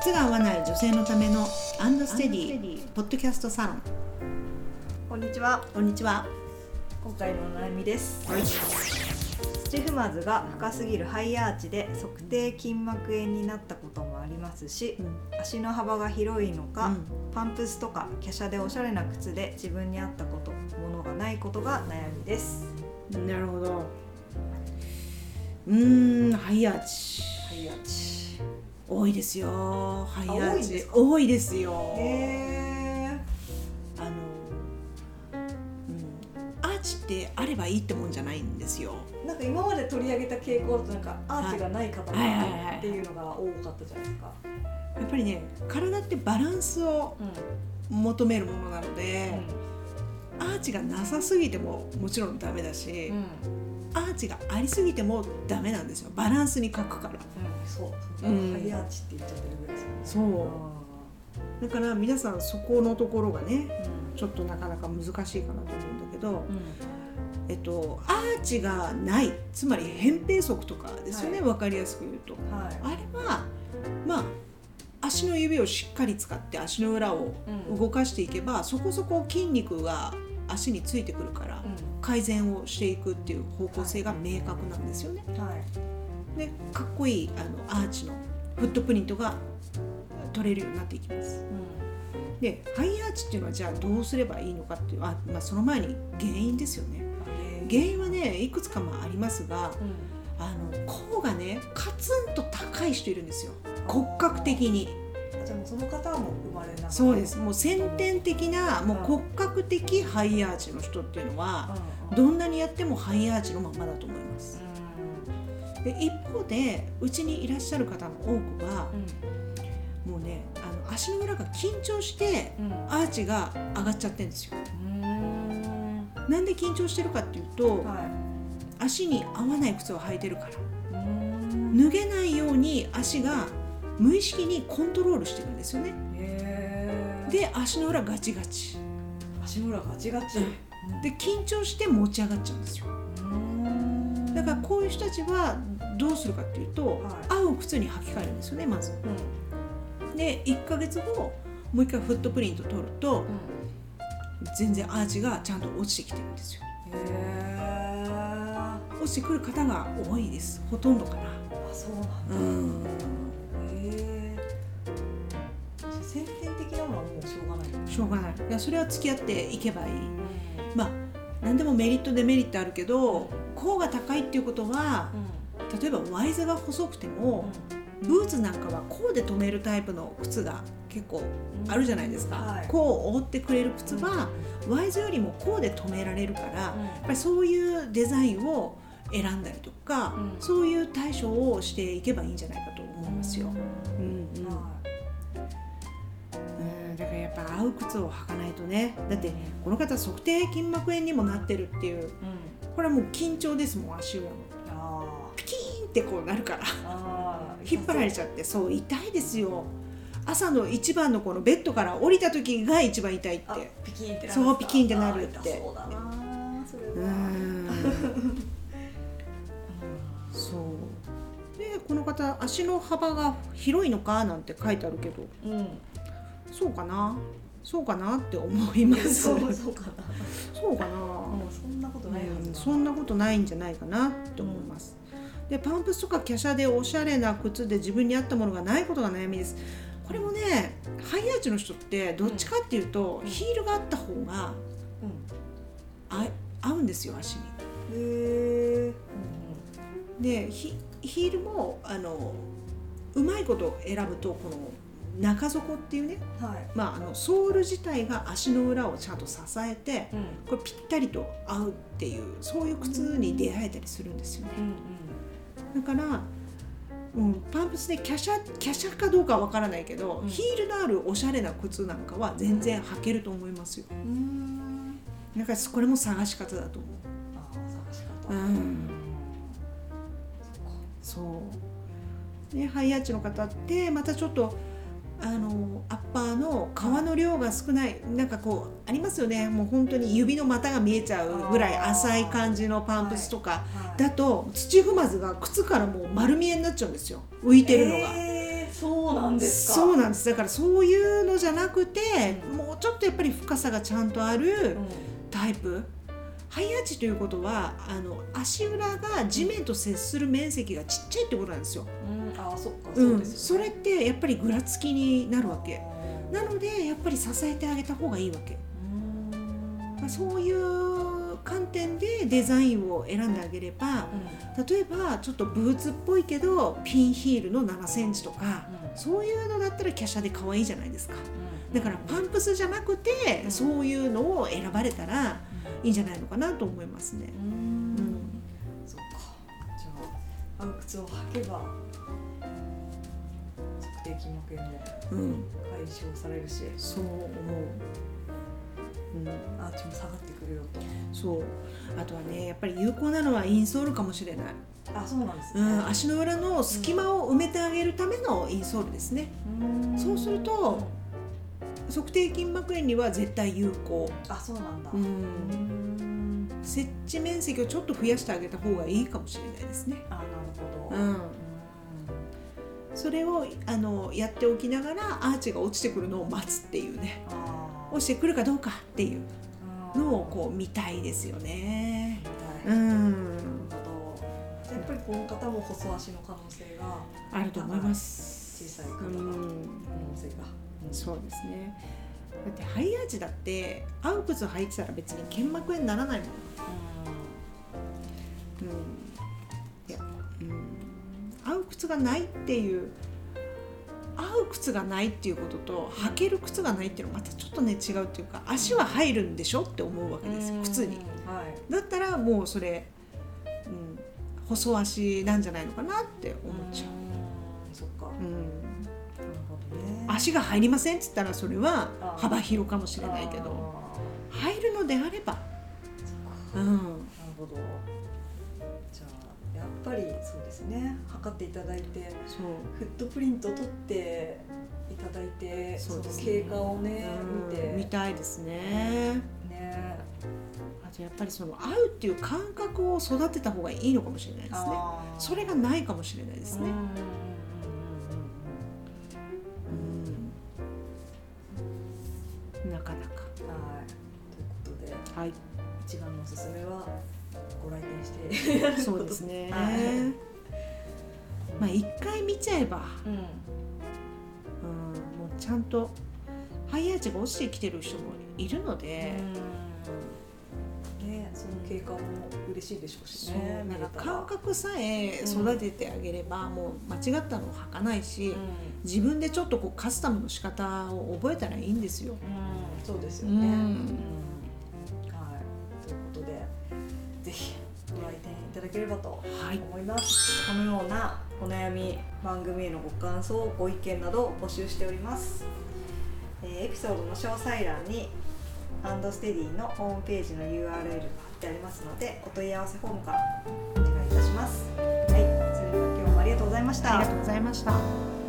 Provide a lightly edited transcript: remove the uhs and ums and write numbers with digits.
靴が合わない女性のためのアンドステディポッドキャストサロン。 こんにちは。 こんにちは。 今回のお悩みです。 はい。 土踏まずが深すぎるハイアーチで測定筋膜炎になったこともありますし、足の幅が広いのか、パンプスとか華奢でおしゃれな靴で自分に合ったこと、ものがないことが悩みです。 なるほど。ハイアーチ。 ハイアーチ多いですよ。ハイアーチ多いですよ。アーチってあればいいってもんじゃないんですよ。 なんか今まで取り上げた傾向となんかアーチがない方っていうのが多かったじゃないですか。 やっぱりね、体ってバランスを求めるものなので、アーチがなさすぎてももちろんダメだし、アーチがありすぎてもダメなんですよ。バランスに欠くから。 そう、ハイアーチって言っちゃってるぐらいですね。 そう。だから皆さんそこのところがね、ちょっとなかなか難しいかなと思うんだけど、アーチがない、つまり扁平足とかですよね、わかりやすく言うと。あれはまあ足の指をしっかり使って足の裏を動かしていけば、そこそこ筋肉が足についてくるから改善をしていくっていう方向性が明確なんですよね。で、かっこいいアーチのフットプリントが取れるようになっていきます。で、ハイアーチっていうのはじゃあどうすればいいのかっていう、その前に原因ですよね。原因はね、いくつかありますが、甲がねカツンと高い人いるんですよ、骨格的に。 じゃあもうその方はもう生まれながら。 そうです。もう先天的なもう骨格的ハイアーチの人っていうのは、どんなにやってもハイアーチのままだと思います。で、一方でうちにいらっしゃる方の多くは、もうね、足の裏が緊張してアーチが上がっちゃってるんですよ。なんで緊張してるかっていうと、足に合わない靴を履いてるから、脱げないように足が無意識にコントロールしてるんですよね。で、足の裏ガチガチ。 足の裏ガチガチ。 で、緊張して持ち上がっちゃうんですよ。だからこういう人たちはどうするかっていうと、合う靴に履き替えるんですよね、まず。で、1ヶ月後もう一回フットプリント取ると、全然アーチがちゃんと落ちてきてるんですよ。落ちてくる方が多いです。ほとんどかな。 そうなんだ。先天的なものはもうしょうがない。 しょうがない。いや、それは付き合っていけばいい。何でもメリットデメリットあるけど、甲が高いっていうことは、例えばワイズが細くても、ブーツなんかは甲で留めるタイプの靴が結構あるじゃないですか。甲を覆ってくれる靴はワイズよりも甲で留められるから、やっぱりそういうデザインを選んだりとか、そういう対処をしていけばいいんじゃないかと思いますよ。だからやっぱ合う靴を履かないとね。だってこの方測定筋膜炎にもなってるっていう、これはもう緊張ですもん。足裏もピキーンってこうなるから引っ張られちゃって、そう痛いですよ。朝の一番のこのベッドから降りた時が一番痛いって。 ピキーンってなる。 そうピキーンってなるって。 そうだな、それは。 そうで、この方足の幅が広いのかなんて書いてあるけど、そうかなって思います。 そうかな。 そうかな。 そんなことないはずだ。 そんなことないんじゃないかなって思います。で、パンプスとか華奢でおしゃれな靴で自分に合ったものがないことが悩みです。これもね、ハイアーチの人ってどっちかっていうと、ヒールがあった方が合うんですよ、足に。で、ヒールもうまいこと選ぶと、この中底っていうね、ソール自体が足の裏をちゃんと支えて、これぴったりと合うっていう、そういう靴に出会えたりするんですよね。だから、パンプスで華奢かどうかはわからないけど、ヒールのあるおしゃれな靴なんかは全然履けると思いますよ。だからこれも探し方だと思う。探し方。そうね。ハイアーチの方ってまたちょっとアッパーの皮の量が少ない、なんかこうありますよね。もう本当に指の股が見えちゃうぐらい浅い感じのパンプスとかだと、土踏まずが靴からもう丸見えになっちゃうんですよ、浮いてるのが。 そうなんですか。 そうなんです。だからそういうのじゃなくて、もうちょっとやっぱり深さがちゃんとあるタイプ、ハイアーチということは足裏が地面と接する面積がちっちゃいってことなんですよ。 あ、そっか、そうですそれってやっぱりぐらつきになるわけなので、やっぱり支えてあげた方がいいわけ。そういう観点でデザインを選んであげれば、例えばちょっとブーツっぽいけどピンヒールの7センチとか、そういうのだったら華奢で可愛いじゃないですか。だからパンプスじゃなくて、そういうのを選ばれたらいいんじゃないのかなと思いますね。 そうか。じゃあ合う靴を履けば測定筋膜炎も解消されるし、 そう思う。 アーチも下がってくるよと。 そう。あとはね、やっぱり有効なのはインソールかもしれない。 あ、そうなんですね。 足の裏の隙間を埋めてあげるためのインソールですね。そうすると測定筋膜炎には絶対有効。 あ、そうなんだ。 接地面積をちょっと増やしてあげた方がいいかもしれないですね。 あ、なるほど。 それをやっておきながらアーチが落ちてくるのを待つっていうね。落ちてくるかどうかっていうのをこう見たいですよね。 なるほど。やっぱりこの方も細足の可能性があると思います。 小さい方の可能性が。 そうですね。だってハイアーチだって合う靴履いてたら別に腱膜炎にならないもん。合う靴がないっていう合う靴がないっていうことと履ける靴がないっていうのはまたちょっとね違うっていうか、足は入るんでしょって思うわけですよ、靴に。だったらもうそれ、細足なんじゃないのかなって思っちゃう。 そっか。 足が入りませんって言ったらそれは幅広かもしれないけど、入るのであれば。なるほど。じゃあやっぱりそうですね、測っていただいて、フットプリント取っていただいて、その経過をね見てみたいですね。あとやっぱりその合うっていう感覚を育てた方がいいのかもしれないですね。それがないかもしれないですね。なかなか。 ということで、 はい、 一番のおすすめはご来店してそうですね。まあ一回見ちゃえば、もうちゃんとハイアーチが落ちてきてる人もいるので、 その経過も嬉しいでしょうしね。 感覚さえ育ててあげれば、もう間違ったのを履かないし、自分でちょっとこうカスタムの仕方を覚えたらいいんですよ。 そうですよね。ということで、ぜひご来店いただければと思います。このようなお悩み、番組へのご感想、ご意見などを募集しております。エピソードの詳細欄にアンドステディのホームページの URL が貼ってありますので、お問い合わせフォームからお願いいたします。はい、それでは今日もありがとうございました。 ありがとうございました。